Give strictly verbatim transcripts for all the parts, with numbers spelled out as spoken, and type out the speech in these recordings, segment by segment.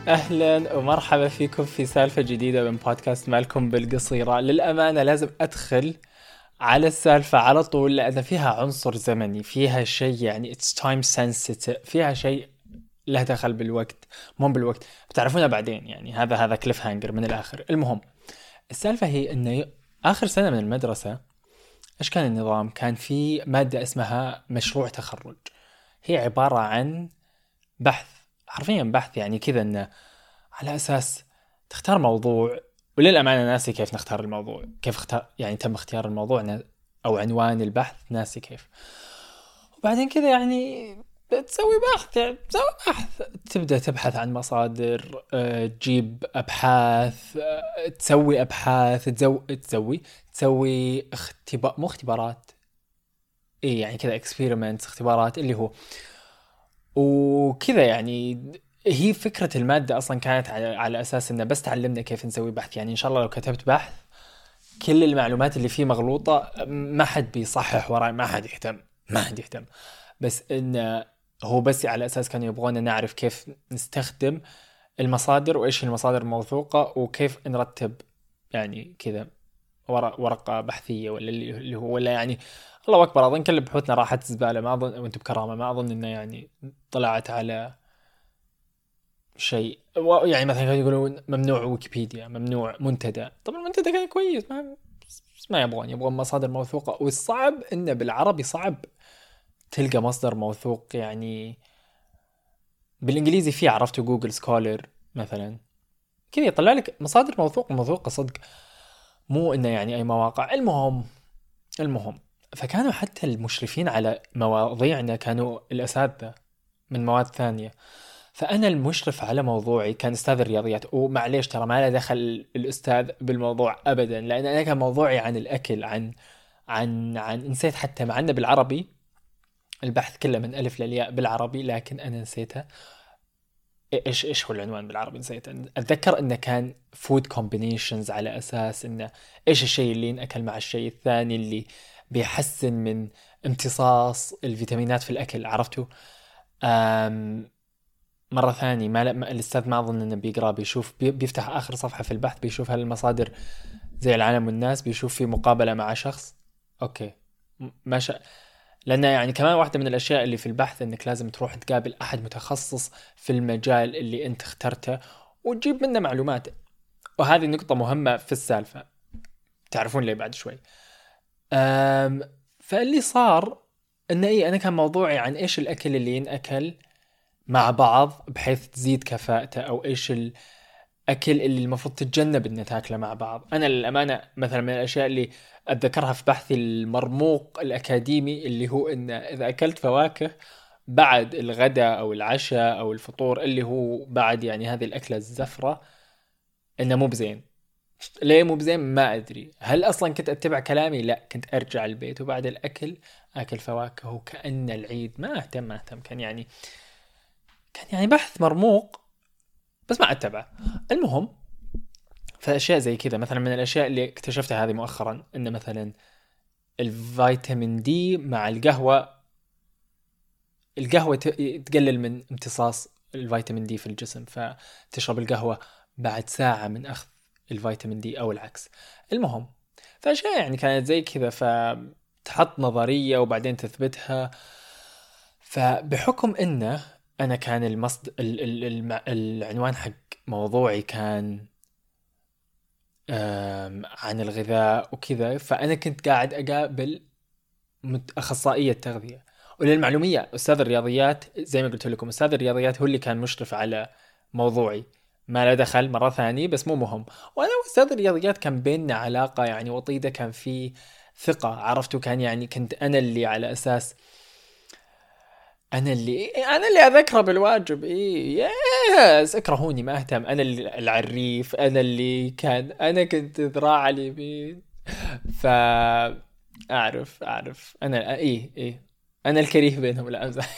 أهلا ومرحبا فيكم في سالفة جديدة من بودكاست مالكم بالقصيرة. للأمانة لازم أدخل على السالفة على طول لأن فيها عنصر زمني، فيها شيء يعني it's time sensitive، فيها شيء له دخل بالوقت، مو بالوقت بتعرفونها بعدين. يعني هذا هذا كليف هانجر من الآخر. المهم السالفة هي أنه آخر سنة من المدرسة إيش كان النظام؟ كان في مادة اسمها مشروع تخرج. هي عبارة عن بحث، حرفيا بحث، يعني كذا انه على اساس تختار موضوع. وللامانه ناسي كيف نختار الموضوع، كيف اختار يعني تم اختيار الموضوع نا- او عنوان البحث ناسي كيف. وبعدين كذا يعني تسوي بحث، يعني تسوي بحث، تبدا تبحث عن مصادر، أه، تجيب ابحاث، أه، تسوي ابحاث، تزو... تسوي تسوي اختبار، مو اختبارات، ايه يعني كذا اكسبيرمنت، اختبارات اللي هو وكذا يعني. هي فكرة المادة أصلا كانت على, على أساس إنه بس تعلمنا كيف نسوي بحث. يعني إن شاء الله لو كتبت بحث كل المعلومات اللي فيه مغلوطة ما حد بيصحح وراي، ما حد يهتم، ما حد يهتم. بس إنه هو بس على أساس كانوا يبغونا نعرف كيف نستخدم المصادر وإيش هي المصادر الموثوقة وكيف نرتب يعني كذا ورق ورقة بحثية ولا اللي اللي هو ولا يعني. الله أكبر، أظن كل بحوثنا راحت زبالة. ما أظن وأنتم بكرامة، ما أظن إنه يعني طلعت على شيء و- يعني مثلا كانوا يقولون ممنوع ويكيبيديا، ممنوع منتدى. طبعا المنتدى كان كويس، ما بس ما يبغون يبغون مصادر موثوقة. والصعب إنه بالعربي صعب تلقى مصدر موثوق. يعني بالإنجليزي فيه، عرفتوا جوجل سكولر مثلا كذا يطلع لك مصادر موثوقة موثوقة صدق، مو إنه يعني أي مواقع. المهم المهم فكانوا حتى المشرفين على مواضيعنا كانوا الأساتذة من مواد ثانية. فأنا المشرف على موضوعي كان أستاذ الرياضيات، ومعليش ترى ما له دخل الأستاذ بالموضوع أبدا، لأن أنا كان موضوعي عن الأكل، عن عن عن نسيت حتى، مع أنه بالعربي البحث كله من ألف للياء بالعربي، لكن أنا نسيته. إيش إيش هو العنوان بالعربي؟ نسيت. أتذكر إنه كان فود كومبينيشنز، على أساس إنه إيش الشيء اللي ينأكل مع الشيء الثاني اللي بيحسن من امتصاص الفيتامينات في الأكل، عرفتوا؟ أم مرة ثانية ما, ما الأستاذ ما أظن إنه بيقرأ، بيشوف بي بيفتح آخر صفحة في البحث بيشوف هل المصادر زي العالم والناس، بيشوف في مقابلة مع شخص. أوكي، م- ما شاء. لأن يعني كمان واحدة من الأشياء اللي في البحث إنك لازم تروح تقابل أحد متخصص في المجال اللي أنت اخترته وتجيب منه معلومات. وهذه نقطة مهمة في السالفة، تعرفون ليه بعد شوي. أم فاللي صار إنه إيه، أنا كان موضوعي عن إيش الأكل اللي ينأكل مع بعض بحيث تزيد كفاءته، او ايش الاكل اللي المفروض تتجنب ان تاكله مع بعض. انا للامانه مثلا من الاشياء اللي اتذكرها في بحثي المرموق الاكاديمي اللي هو ان اذا اكلت فواكه بعد الغداء او العشاء او الفطور، اللي هو بعد يعني هذه الاكله الزفره، انه مو بزين. ليه مو بزين؟ ما ادري. هل اصلا كنت اتبع كلامي؟ لا، كنت ارجع البيت وبعد الاكل اكل فواكه وكأن العيد. ما اهتم ما اهتم كان يعني كان يعني بحث مرموق بس ما اتبعه. المهم فاشياء زي كذا مثلا من الاشياء اللي اكتشفتها هذه مؤخرا ان مثلا الفيتامين دي مع القهوه، القهوه ت- تقلل من امتصاص الفيتامين دي في الجسم، فتشرب القهوه بعد ساعه من اخذ الفيتامين دي او العكس. المهم فاشياء يعني كانت زي كذا، فتحط نظريه وبعدين تثبتها. فبحكم انه انا كان المصد ال... ال... الم- العنوان حق موضوعي كان آم، عن الغذاء وكذا، فأنا كنت قاعد أقابل مت- أخصائية تغذية. وللمعلومية أستاذ الرياضيات زي ما قلت لكم، أستاذ الرياضيات هو اللي كان مشرف على موضوعي. ما له دخل مرة ثانية، بس مو مهم. وأنا وأستاذ الرياضيات كان بيننا علاقة يعني وطيدة، كان في ثقة، عرفتوا؟ كان يعني كنت أنا اللي على أساس انا اللي انا اللي اذكره بالواجب. ايه يس، اكرهوني ما اهتم، انا اللي العريف، انا اللي كان انا كنت ذراع اليمين. ف اعرف اعرف انا ايه ايه انا الكريه بينهم. لا امزح.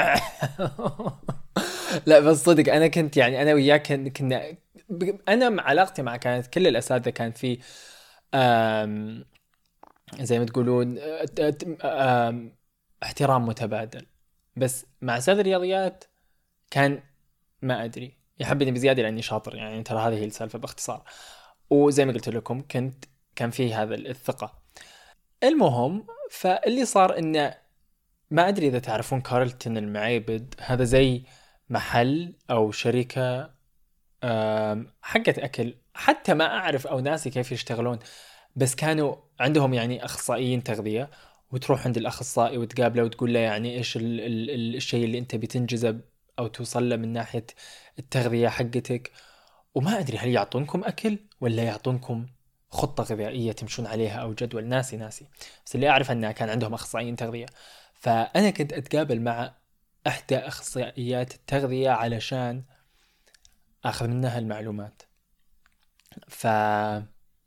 لا بس صدق انا كنت يعني انا وياك كن- كنا ب- انا مع علاقتي مع كانت كل الاساتذه كان في آم، زي ما تقولون آه، آم، احترام متبادل. بس مع أستاذ الرياضيات كان ما أدري يحبني بزيادة لأني شاطر، يعني ترى هذه هي السالفة باختصار. وزي ما قلت لكم كنت كان في هذا الثقة. المهم فاللي صار إنه ما أدري إذا تعرفون كارلتون المعيبد، هذا زي محل أو شركة حقت أكل، حتى ما أعرف أو ناسي كيف يشتغلون، بس كانوا عندهم يعني أخصائيين تغذية، وتروح عند الأخصائي وتقابله وتقول له يعني إيش ال ال ال الشيء اللي أنت بتنجذب أو توصل له من ناحية التغذية حقتك. وما أدري هل يعطونكم أكل ولا يعطونكم خطة غذائية تمشون عليها أو جدول، ناسي ناسي بس اللي أعرف أنه كان عندهم أخصائيين تغذية. فأنا كنت أتقابل مع إحدى أخصائيات التغذية علشان أخذ منها المعلومات. فكانت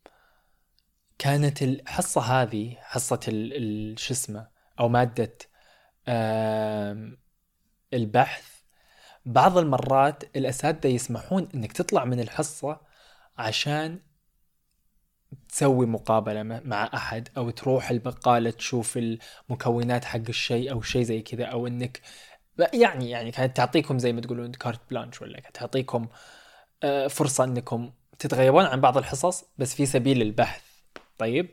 الحصة هذه حصة الشسمة أو مادة البحث، بعض المرات الأساتذة يسمحون أنك تطلع من الحصة عشان تسوي مقابلة مع أحد، أو تروح البقالة تشوف المكونات حق الشيء أو شيء زي كذا، أو أنك يعني يعني كانت تعطيكم زي ما تقولون كارت بلانش، ولا كانت تعطيكم فرصة أنكم تتغيبون عن بعض الحصص بس في سبيل البحث. طيب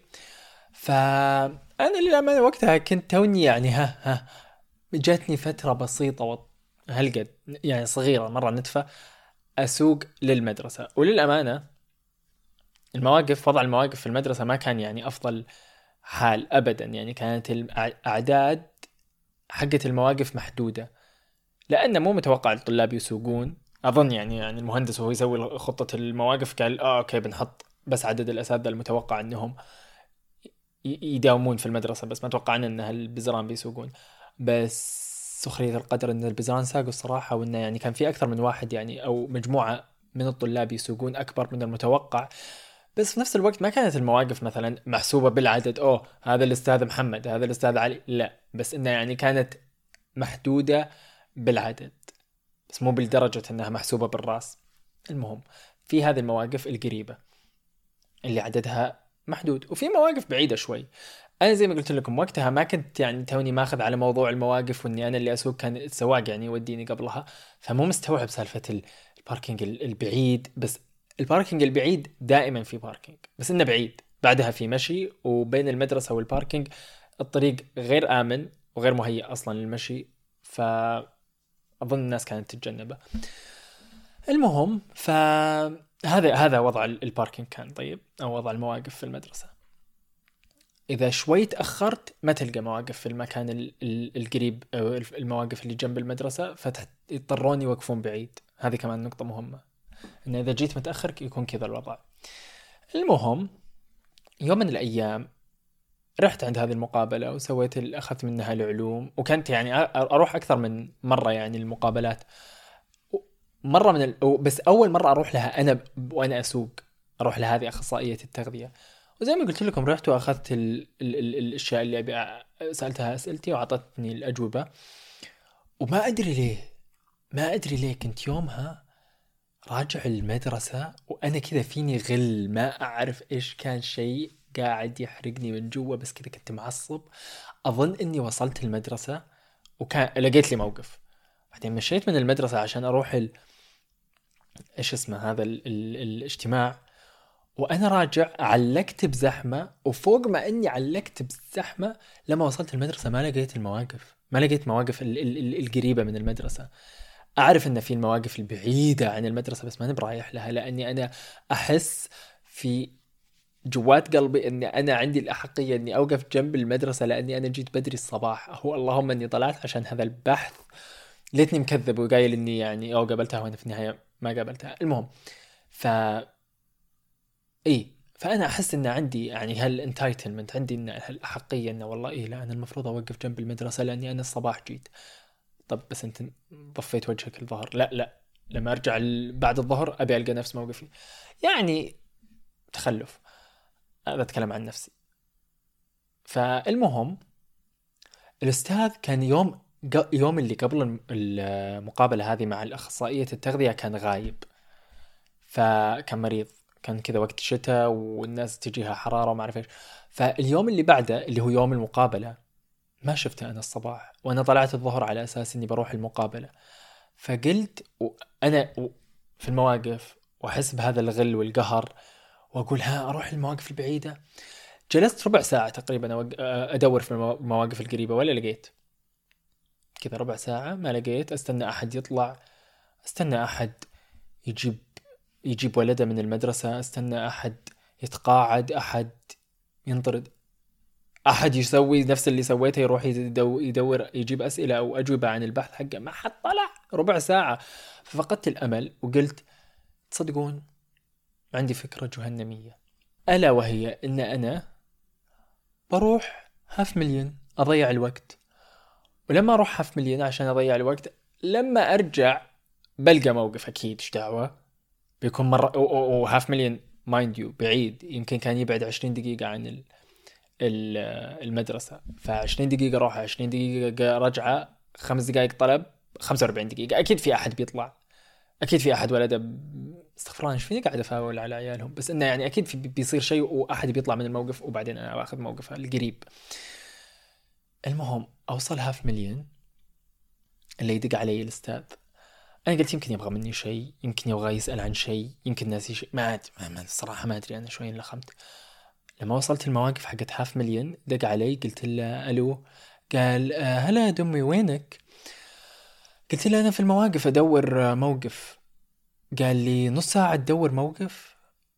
فأنا للأمانة وقتها كنت توني يعني ها ها جاتني فترة بسيطة هلقد يعني صغيرة مرة نتفة أسوق للمدرسة. وللأمانة المواقف وضع المواقف في المدرسة ما كان يعني أفضل حال أبدا، يعني كانت الأعداد حقة المواقف محدودة، لأن مو متوقع الطلاب يسوقون. أظن يعني يعني المهندس وهو يسوي خطة المواقف قال آه أوكي بنحط بس عدد الأساتذة المتوقع أنهم يداومون في المدرسة، بس ما توقع أن البزران بيسوقون. بس سخرية القدر أن البزران ساقوا الصراحة، وأنه يعني كان في أكثر من واحد يعني أو مجموعة من الطلاب يسوقون أكبر من المتوقع. بس في نفس الوقت ما كانت المواقف مثلا محسوبة بالعدد، أوه هذا الأستاذ محمد هذا الأستاذ علي، لا، بس إنه يعني كانت محدودة بالعدد بس مو بالدرجة إنها محسوبة بالراس. المهم في هذه المواقف القريبة اللي عددها محدود، وفي مواقف بعيدة شوي. أنا زي ما قلت لكم وقتها ما كنت يعني توني ماخذ على موضوع المواقف، وإني أنا اللي أسوق، كان السواق يعني يوديني قبلها، فمو مستوعب سالفة الباركينج البعيد. بس الباركينج البعيد دائما في باركينج، بس إنه بعيد، بعدها في مشي، وبين المدرسة والباركينج الطريق غير آمن وغير مهيئ أصلا للمشي، فأظن الناس كانت تتجنبه. المهم فهذا هذا وضع الباركينج كان. طيب أو وضع المواقف في المدرسة، إذا شوي تأخرت ما تلقى مواقف في المكان القريب أو المواقف اللي جنب المدرسة، فيضطرون يوقفون بعيد. هذه كمان نقطة مهمة، إن إذا جيت متأخر يكون كذا الوضع. المهم يوم من الأيام رحت عند هذه المقابلة وسويت أخذت منها العلوم، وكنت يعني أروح أكثر من مرة يعني المقابلات. مرة من ال... بس أول مرة أروح لها أنا وأنا أسوق، أروح لهذه أخصائية التغذية. وزي ما قلت لكم رحت وأخذت ال... ال... ال... الأشياء اللي أبي سألتها أسئلتي وعطتني الأجوبة. وما أدري ليه ما أدري ليه كنت يومها راجع المدرسة وأنا كذا فيني غل، ما أعرف إيش كان، شيء قاعد يحرقني من جوا، بس كذا كنت معصب. أظن إني وصلت المدرسة وكان لقيت لي موقف، بعدين مشيت من المدرسة عشان أروح ال... إيش اسمه هذا ال... ال... الاجتماع، وأنا راجع علقت بزحمة. وفوق ما إني علقت بزحمة لما وصلت المدرسة ما لقيت المواقف، ما لقيت مواقف ال... ال... ال... القريبة من المدرسة. أعرف إن في المواقف البعيدة عن المدرسة بس ما نبرايح لها، لأني أنا أحس في جوات قلبي أني أنا عندي الأحقية أني أوقف جنب المدرسة، لأني أنا جيت بدري الصباح. هو اللهم أني طلعت عشان هذا البحث، ليتني مكذب وقايل أني يعني أو قابلتها وأنا في النهاية ما قابلتها. المهم ف إيه فأنا أحس أن عندي يعني هالانتايتلمنت، عندي إن هالأحقية أنه والله إيه لا أنا المفروض أوقف جنب المدرسة لأني أنا الصباح جيت. طب بس أنت ضفيت وجهك الظهر، لا لا لما أرجع بعد الظهر أبي ألقى نفس موقفي، يعني تخلف. أنا أتكلم عن نفسي. فالمهم الأستاذ كان يوم يوم اللي قبل المقابلة هذه مع الأخصائية التغذية كان غايب، فكان مريض، كان كذا وقت الشتاء والناس تجيها حرارة وما أعرف إيش. فاليوم اللي بعده اللي هو يوم المقابلة ما شفته أنا الصباح، وأنا طلعت الظهر على أساس إني بروح المقابلة. فقلت وأنا في المواقف وأحس بهذا الغل والقهر وأقول ها أروح المواقف البعيدة. جلست ربع ساعة تقريبا أدور في المواقف القريبة ولا لقيت، كذا ربع ساعة ما لقيت. أستنى أحد يطلع، أستنى أحد يجيب يجيب ولده من المدرسة، أستنى أحد يتقاعد، أحد ينطرد، أحد يسوي نفس اللي سويته، يروح يدور يجيب أسئلة أو أجوبة عن البحث حقه، ما حد طلع. ربع ساعة. ففقدت الأمل وقلت تصدقون عندي فكرة جهنمية، ألا وهي إن أنا بروح هاف مليون أضيع الوقت. ولما أروح هاف مليون عشان أضيع الوقت، لما أرجع بلقى موقف أكيد، إيش دعوة، بيكون مرة وهاف مليون مايند يو بعيد، يمكن كان يبعد عشرين دقيقة عن ال ال المدرسة، فعشرين دقيقة روح عشرين دقيقة رجعة، خمس دقائق طلب، خمسة وأربعين دقيقة. أكيد في أحد بيطلع، أكيد في أحد ولده استغفر الله إيش فيني قاعد أفاول على عيالهم، بس إنه يعني أكيد في بيصير شيء وأحد بيطلع من الموقف وبعدين أنا باخذ موقف القريب. المهم أوصل هاف مليون، اللي يدق علي الأستاذ. أنا قلت يمكن يبغى مني شيء، يمكن يبغى يسأل عن شيء، يمكن ناسي شيء، ما أدري، ما الصراحة ما أدري، أنا شوي لخمت. لما وصلت المواقف حقت هاف مليون دق علي، قلت له ألو، قال آه هلا دمي وينك؟ قلت له أنا في المواقف أدور موقف. قال لي نص ساعة تدور موقف؟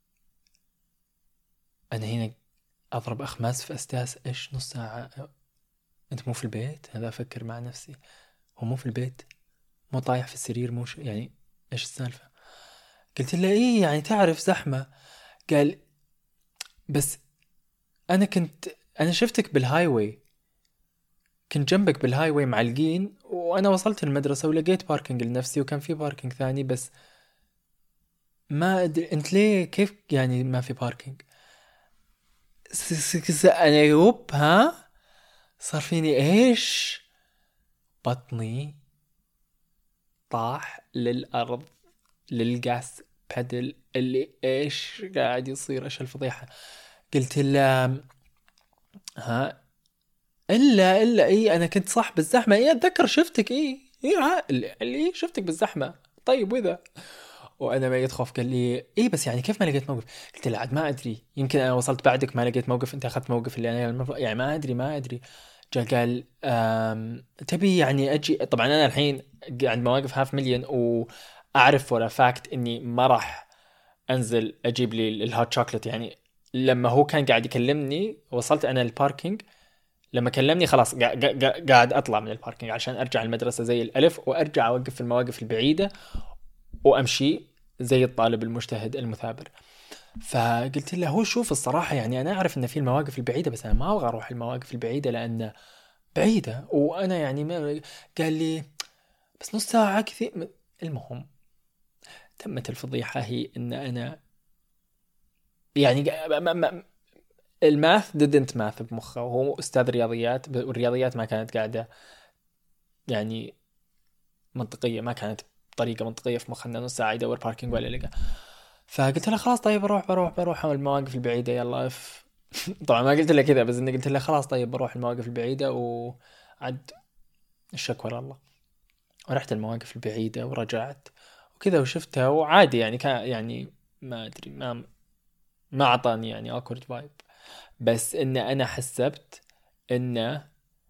أنا هنا أضرب أخماس في أستاس، إيش نص ساعة؟ أنت مو في البيت؟ هذا أفكر مع نفسي، هو مو في البيت، مو طايح في السرير، مو ش... يعني إيش السالفة؟ قلت له إيه يعني تعرف زحمة. قال بس أنا كنت أنا شفتك بالهايوي، كنت جنبك بالهايوي معلقين، وأنا وصلت المدرسة ولقيت باركينج لنفسي وكان في باركينج ثاني، بس ما أدري أنت ليه كيف يعني ما في باركينج. أنا يوب ها صار فيني إيش، بطني طاح للأرض، للقاس بادل اللي إيش قاعد يصير، إيش الفضيحة. قلت له ها إلا إلا إيه أنا كنت صح بالزحمة، إيه أتذكر شفتك، إيه إيه ها اللي شفتك بالزحمة. طيب وإذا وانا ما يدخف قال لي ايه بس يعني كيف ما لقيت موقف؟ قلت له عاد ما ادري، يمكن انا وصلت بعدك ما لقيت موقف، انت اخذت موقف اللي انا المفروض يعني ما ادري ما ادري. جاء قال تبي يعني اجي، طبعا انا الحين عند مواقف هاف مليون واعرف ولا فاكت اني ما راح انزل اجيب لي الهوت شوكليت. يعني لما هو كان قاعد يكلمني وصلت انا الباركينج، لما كلمني خلاص قاعد اطلع من الباركينج عشان ارجع المدرسة زي الالف، وارجع اوقف في المواقف البعيدة وامشي زي الطالب المجتهد المثابر. فقلت له هو شوف الصراحة يعني أنا أعرف إن في المواقف البعيدة، بس أنا ما أبغى أروح المواقف البعيدة لأن بعيدة وأنا يعني ما. قال لي بس نص ساعة كثير. المهم تمت الفضيحة، هي إن أنا يعني ما ما الماث didn't math بمخه، وهو أستاذ رياضيات والرياضيات ما كانت قاعدة يعني منطقية، ما كانت بطريقة منطقية في مخنا نص ساعة يدور باركينج ولا لقى. فقلت له خلاص طيب بروح بروح بروح المواقف البعيدة يلا اف. طبعا ما قلت له كذا، بس اني قلت له خلاص طيب بروح المواقف البعيدة وعد الشكوى لله. ورحت المواقف البعيدة ورجعت وكذا وشفتها وعادي يعني كان يعني ما ادري ما ما اعطاني يعني awkward vibe، بس ان انا حسبت انه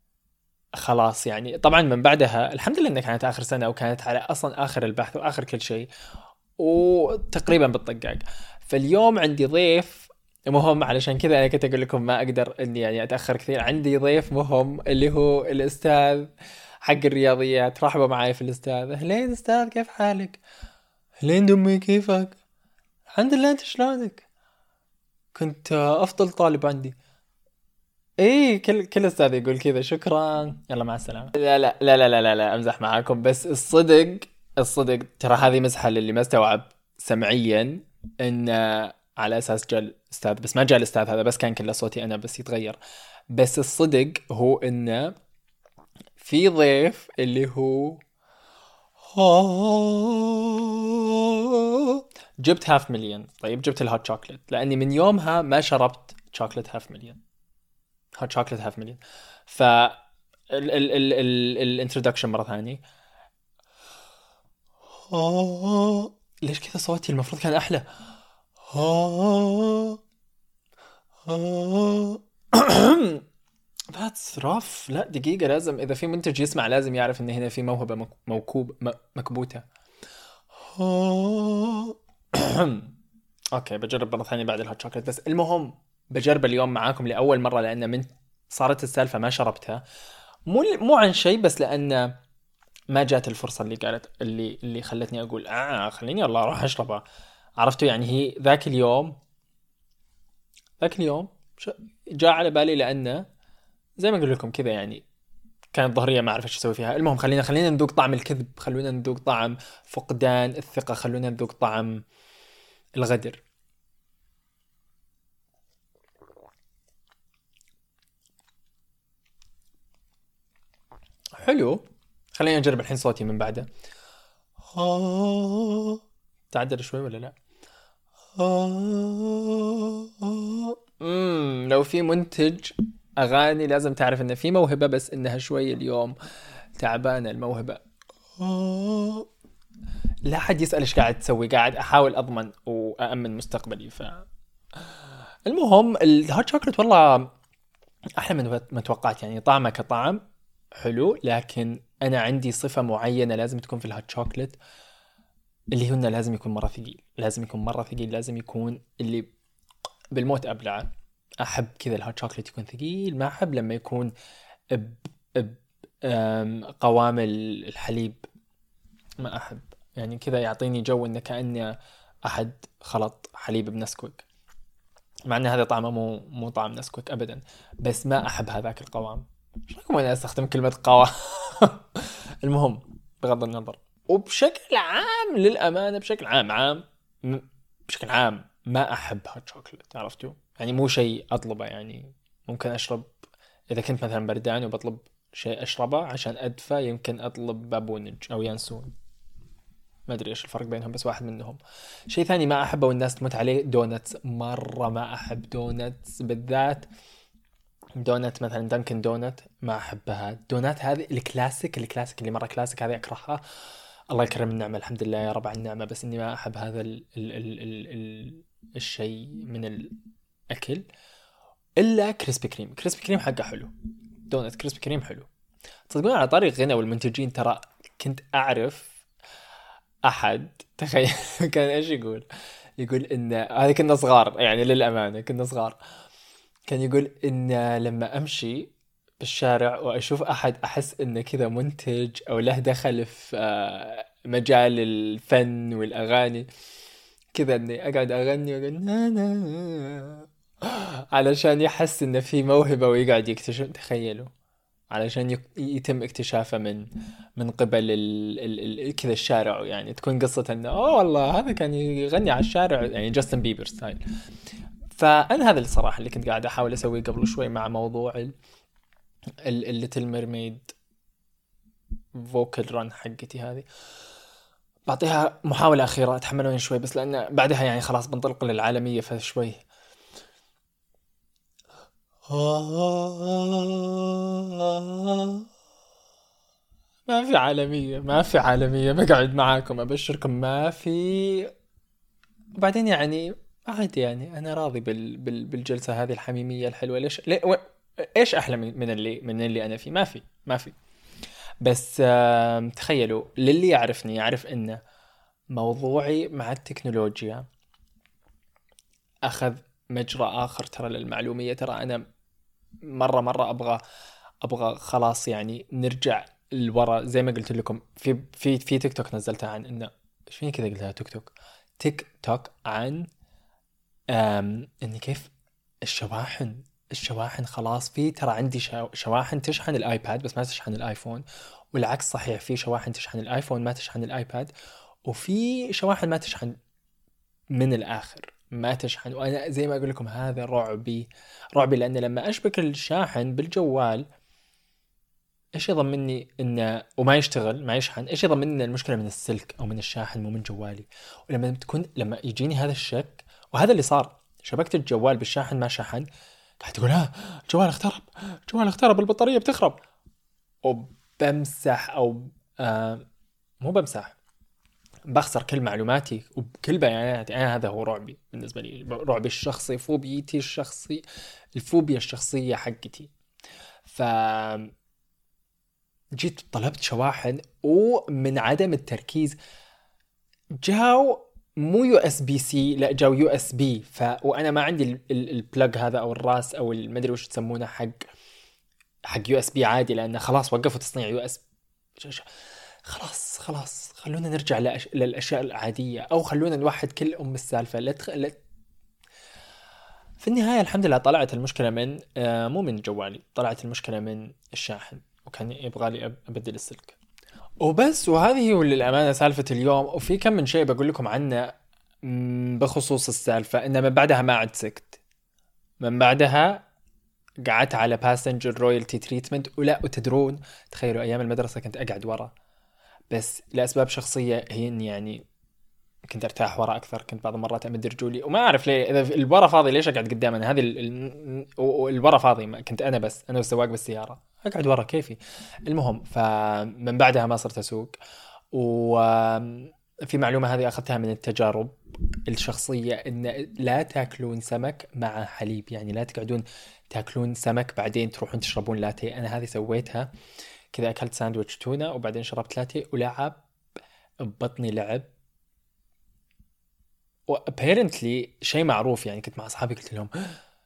خلاص يعني. طبعا من بعدها الحمد لله انها كانت اخر سنة وكانت على اصلا اخر البحث واخر كل شيء وتقريبا بالطقاق. فاليوم عندي ضيف مهم، علشان كذا انا كنت اقول لكم ما اقدر اني يعني اتاخر كثير. عندي ضيف مهم اللي هو الاستاذ حق الرياضيات. رحبوا معي في الاستاذ. اهلين استاذ كيف حالك؟ اهلين دمي كيفك؟ الحمد لله، انت شلونك؟ كنت افضل طالب عندي. ايه كل كل استاذ يقول كذا. شكرا يلا مع السلامه. لا لا لا لا لا لا, لا امزح معاكم، بس الصدق الصدق ترى هذه مزحه للي ما استوعب سمعيا ان على اساس جاء الاستاذ، بس ما جاء الاستاذ هذا، بس كان كله صوتي انا بس يتغير. بس الصدق هو ان في ضيف اللي هو جبت هاف مليون. طيب جبت الهوت شوكليت لاني من يومها ما شربت شوكليت هاف مليون، هوت شوكليت هاف مليون. ف ال ال ال ال الانترودكشن مرة ثانية. ليش كذا صوتي المفروض كان احلى. ها ها That's rough. لا دقيقة، لازم إذا في منتج يسمع لازم يعرف إن هنا في موهبة مك- موكوب م- مكبوتة. أوكي بجرب مرة ثانية بعد الهوت شوكلت. بس المهم بجرب اليوم معاكم لأول مرة، لأن من صارت السالفة ما شربتها، مو مو عن شيء، بس لأن ما جات الفرصة اللي قالت اللي اللي خلتني أقول آه خليني والله أروح أشربها. عرفتوا يعني؟ هي ذاك اليوم ذاك اليوم ش- جاء على بالي، لأنه زي ما أقول لكم كذا يعني كانت ظهرية ما أعرف إيش أسوي فيها. المهم خلينا خلينا نذوق طعم الكذب، خلونا نذوق طعم فقدان الثقة، خلونا نذوق طعم الغدر. حلو. خلينا نجرب الحين صوتي من بعده. تعدل شوي ولا لا؟ امم لو في منتج اغاني لازم تعرف انه في موهبة، بس انها شوي اليوم تعبانة الموهبة. لا حد يسأل ايش قاعد تسوي، قاعد احاول اضمن واامن مستقبلي. ف المهم الهوت شوكلت والله احلى من ما توقعت. يعني طعمه كطعم حلو، لكن انا عندي صفة معينة لازم تكون في الهوت شوكلت، اللي هو انه لازم يكون مرة ثقيل، لازم يكون مرة ثقيل، لازم يكون اللي بالموت ابلعه. احب كذا الهوت شوكليت يكون ثقيل، ما احب لما يكون ب... ب... أم، قوام الحليب. ما احب يعني كذا يعطيني جو انه كأنه احد خلط حليب بنسكويك، مع ان هذا طعمه مو مو طعم نسكويك ابدا، بس ما احب هذاك القوام. ايش رايكم انا استخدم كلمة قوام؟ المهم بغض النظر، وبشكل عام للامانة بشكل عام عام م- بشكل عام ما احب هوت شوكليت. عرفتوا يعني؟ مو شيء اطلبه. يعني ممكن اشرب اذا كنت مثلا بردان وبطلب شيء اشربه عشان ادفى، يمكن اطلب بابونج او ينسون، ما ادري ايش الفرق بينهم، بس واحد منهم. شيء ثاني ما احبه والناس تموت عليه، دونتس. مره ما احب دونتس، بالذات دونت مثلا دانكن دونت ما احبها. الدونات هذه الكلاسيك الكلاسيك اللي مره كلاسيك هذه اكرهها. الله يكرم النعمه، الحمد لله يا رب على النعمه، بس اني ما احب هذا ال ال ال ال ال الشيء من الاكل. الا كريسبي كريم. كريسبي كريم حقه حلو، دونت كريسبي كريم حلو. تصدقون على طاري غنى والمنتجين، ترى كنت اعرف احد تخيل كان ايش يقول؟ يقول ان هذا كنا صغار، يعني للامانه كنا صغار، كان يقول ان لما امشي بالشارع واشوف احد احس انه كذا منتج او له دخل في آه، مجال الفن والاغاني، كذا اني اقعد اغني واقول نا نا علشان يحس انه في موهبة ويقعد يكتشف. تخيلوا، علشان يك- يتم اكتشافه من من قبل ال... ال... ال... كذا الشارع. يعني تكون قصة انه اوه والله هذا كان يغني على الشارع، يعني جاستن بيبر ستايل. فانا هذا اللي صراحة اللي كنت قاعد احاول اسويه قبل شوي مع موضوع ال... الليتل ميرميد فوكال ران حقتي هذه. بعطيها محاولة أخيرة، تحملوني شوي بس، لأن بعدها يعني خلاص بنطلق للعالمية فشوي. ما في عالمية، ما في عالمية، بقعد معاكم أبشركم ما في. وبعدين يعني عادي، يعني أنا راضي بال... بال... بالجلسة هذه الحميمية الحلوة. ليش ليه... و... إيش أحلى من من اللي من اللي أنا فيه؟ ما في ما في. بس آم، تخيلوا، للي يعرفني يعرف إن موضوعي مع التكنولوجيا أخذ مجرى آخر. ترى للمعلومية، ترى أنا مرة مرة أبغى أبغى خلاص يعني نرجع لورا. زي ما قلت لكم في في في تيك توك نزلتها عن إنه إيش فيني كذا قلتها تيك توك تيك توك عن أم إن كيف الشواحن الشواحن خلاص. في ترى عندي شا- شواحن تشحن الآيباد بس ما تشحن الآيفون، والعكس صحيح، في شواحن تشحن الآيفون ما تشحن الآيباد، وفي شواحن ما تشحن من الآخر ما تشحن. وأنا زي ما أقول لكم هذا رعبي رعبي، لأن لما أشبك الشاحن بالجوال إيش يضمني إنه وما يشتغل ما يشحن؟ إيش يضمني إن المشكلة من السلك أو من الشاحن مو من جوالي؟ ولما تكون لما يجيني هذا الشك، وهذا اللي صار، شبكت الجوال بالشاحن ما شحن، قاعد تقول ها الجوال اخترب الجوال اخترب البطارية بتخرب. وبمسح أو آه مو بمسح بخسر كل معلوماتي وكل بياناتي. أنا هذا هو رعبي بالنسبة لي، رعبي الشخصي، فوبيتي الشخصي، الفوبيا الشخصية حقتي. ف جيت طلبت شواحن، ومن عدم التركيز جاو مو يو اس بي سي، لا جاو يو اس بي. ف وانا ما عندي البلاج هذا او الراس او المدري وش تسمونه حق حق يو اس بي عادي، لانه خلاص وقفوا تصنيع يو اس. خلاص خلاص خلونا نرجع لأش... للاشياء العاديه، او خلونا نوحد كل ام السالفه. لا تخ... لا... في النهايه الحمد لله طلعت المشكله من آه مو من جوالي، طلعت المشكله من الشاحن، وكان يبغى لي أب- ابدل السلك وبس. وهذه هو للامانه سالفه اليوم. وفي كم من شيء بقول لكم عنه مم، بخصوص السالفه، ان من بعدها ما عد سكت. من بعدها قعدت على باسنجر رويالتي تريتمنت. ولا وتدرون، تخيلوا ايام المدرسه كنت اقعد ورا، بس لاسباب شخصيه هي اني يعني كنت ارتاح ورا اكثر. كنت بعض المرات امد رجولي، وما اعرف ليه، اذا الورا فاضي ليش اقعد قدام؟ انا هذه ال- ال- و- الورا فاضي، ما كنت انا بس انا والسواق بالسياره، اقعد ورا كيفي. المهم، فمن بعدها ما صرت اسوق. وفي معلومه هذه اخذتها من التجارب الشخصيه، ان لا تاكلون سمك مع حليب. يعني لا تقعدون تاكلون سمك بعدين تروحون تشربون لاتيه. انا هذه سويتها كذا، اكلت ساندويتش تونه وبعدين شربت لاتيه، ولعب ببطني لعب. وابيرنتلي شيء معروف، يعني كنت مع اصحابي قلت لهم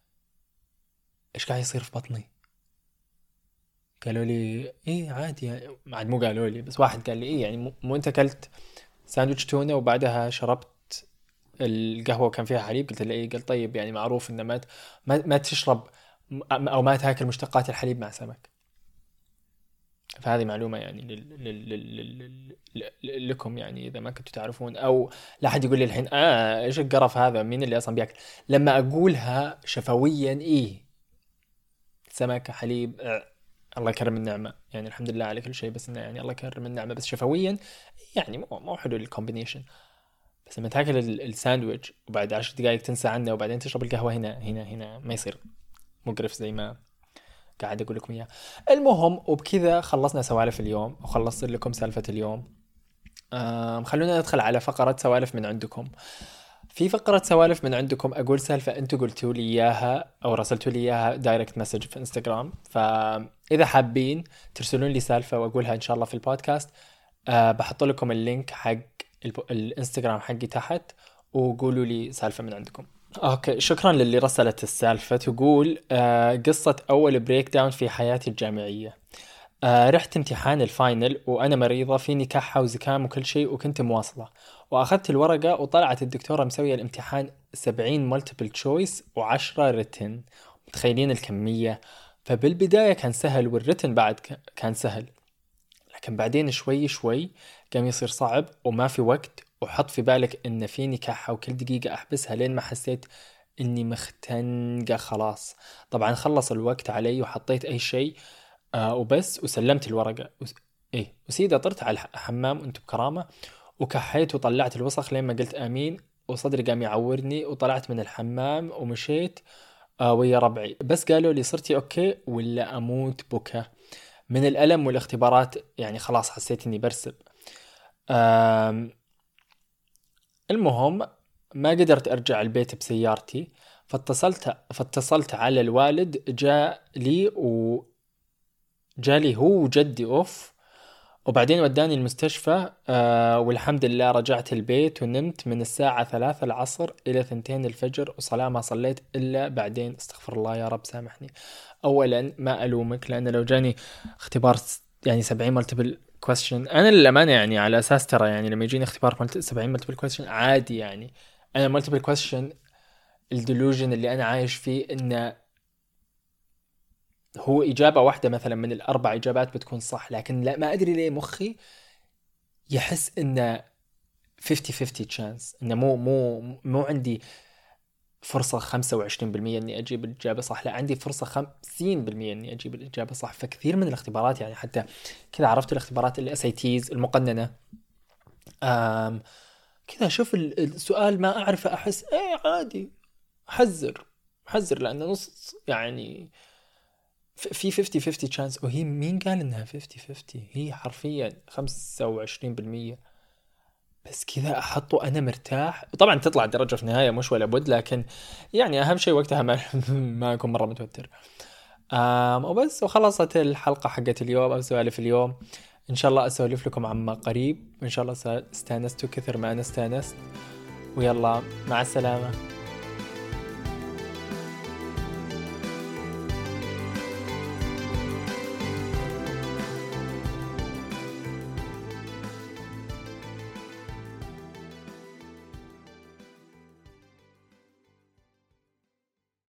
ايش قاعد يصير في بطني؟ قالوا لي ايه عادي يعني. عاد مو قالوا لي، بس واحد قال لي ايه يعني، مو, مو انت اكلت ساندويتش تونه وبعدها شربت القهوه وكان فيها حليب؟ قلت له ايه. قال طيب يعني معروف ان ما ما, ما تشرب او ما تاكل مشتقات الحليب مع سمك. فهذه معلومة يعني لل... لل... لل... لل... لل... لكم، يعني إذا ما كنتوا تعرفون. أو لا أحد يقول لي الحين آه إيش القرف هذا، مين اللي أصلا بياكل؟ لما أقولها شفويا إيه، سمك حليب آه. الله يكرم النعمة، يعني الحمد لله على كل شيء، بس إنه يعني الله يكرم النعمة. بس شفويا يعني مو مو حلو الكومبينيشن. بس لما تاكل ال- الساندويتش وبعد عشر دقائق تنسى عنه وبعدين تشرب القهوة، هنا هنا هنا ما يصير مقرف زي ما قاعد اقول لكم اياه. المهم، وبكذا خلصنا سوالف اليوم، وخلصت لكم سالفة اليوم. آم، خلونا ندخل على فقرة سوالف من عندكم. في فقرة سوالف من عندكم أقول سالفة أنتوا قلتوا لي إياها أو رسلتوا لي إياها دايركت مسج في إنستغرام. فإذا حابين ترسلون لي سالفة وأقولها إن شاء الله في البودكاست، أه بحط لكم اللينك حق الب- الإنستغرام حقي تحت، وقولوا لي سالفة من عندكم. اوكي، شكرا للي رسلت السالفة. تقول آه قصة اول بريك داون في حياتي الجامعية. آه رحت امتحان الفاينل وانا مريضة، فيني كحة وزكام وكل شيء، وكنت مواصلة. واخذت الورقة وطلعت الدكتورة مسوية الامتحان سبعين مالتيبل تشويس وعشرة ريتن. متخيلين الكمية؟ فبالبداية كان سهل، والريتن بعد ك- كان سهل، لكن بعدين شوي شوي قام يصير صعب وما في وقت. وحط في بالك ان فيني كحة وكل دقيقة احبسها لين ما حسيت اني مختنقة خلاص. طبعا خلص الوقت علي وحطيت اي شيء آه وبس، وسلمت الورقة وس... ايه وسيدة طرت على الحمام انتو بكرامة، وكحيت وطلعت الوسخ لين ما قلت امين، وصدري قام يعورني، وطلعت من الحمام ومشيت آه ويا ربعي. بس قالوا لي صرتي اوكي ولا اموت بكى من الألم والاختبارات. يعني خلاص حسيت اني برسب. آم، المهم، ما قدرت ارجع البيت بسيارتي، فاتصلت فاتصلت على الوالد. جاء لي وجالي هو وجدي اوف، وبعدين وداني المستشفى. آه والحمد لله رجعت البيت ونمت من الساعة ثلاثة العصر إلى ثنتين الفجر، وصلاة ما صليت إلا بعدين. استغفر الله يا رب سامحني. أولا ما ألومك، لأن لو جاني اختبار س- يعني سبعين ملتبل كويستشن، أنا للأمانة يعني على أساس ترى يعني لما يجيني اختبار ملت- سبعين ملتبل كويستشن عادي يعني. أنا ملتبل كويستشن الديلوجن اللي أنا عايش فيه إنه هو إجابة واحدة مثلا من الأربع إجابات بتكون صح، لكن لا، ما أدري ليه مخي يحس إنه خمسين خمسين chance، إنه مو مو مو عندي فرصة خمسة وعشرين بالمية إني أجيب الإجابة صح، لا عندي فرصة خمسين بالمية إني أجيب الإجابة صح. فكثير من الاختبارات يعني حتى كذا، عرفت الاختبارات الاس اي تيز المقننة، آم كذا أشوف ال- السؤال ما أعرف أحس إيه عادي، حذر حذر، لأنه نص يعني ف- في خمسين خمسين chance. وهي مين قال إنها خمسين خمسين؟ هي حرفيا خمسة وعشرين بالمية. بس كذا احطه انا مرتاح. وطبعا تطلع الدرجه في النهايه مش ولا بد، لكن يعني اهم شيء وقتها ما ما اكون مره متوتر. آم وبس، وخلصت الحلقه حقت اليوم او سوالف اليوم. ان شاء الله اسولف لكم عما قريب، ان شاء الله استانستوا كثر ما انا استانست. ويلا مع السلامه.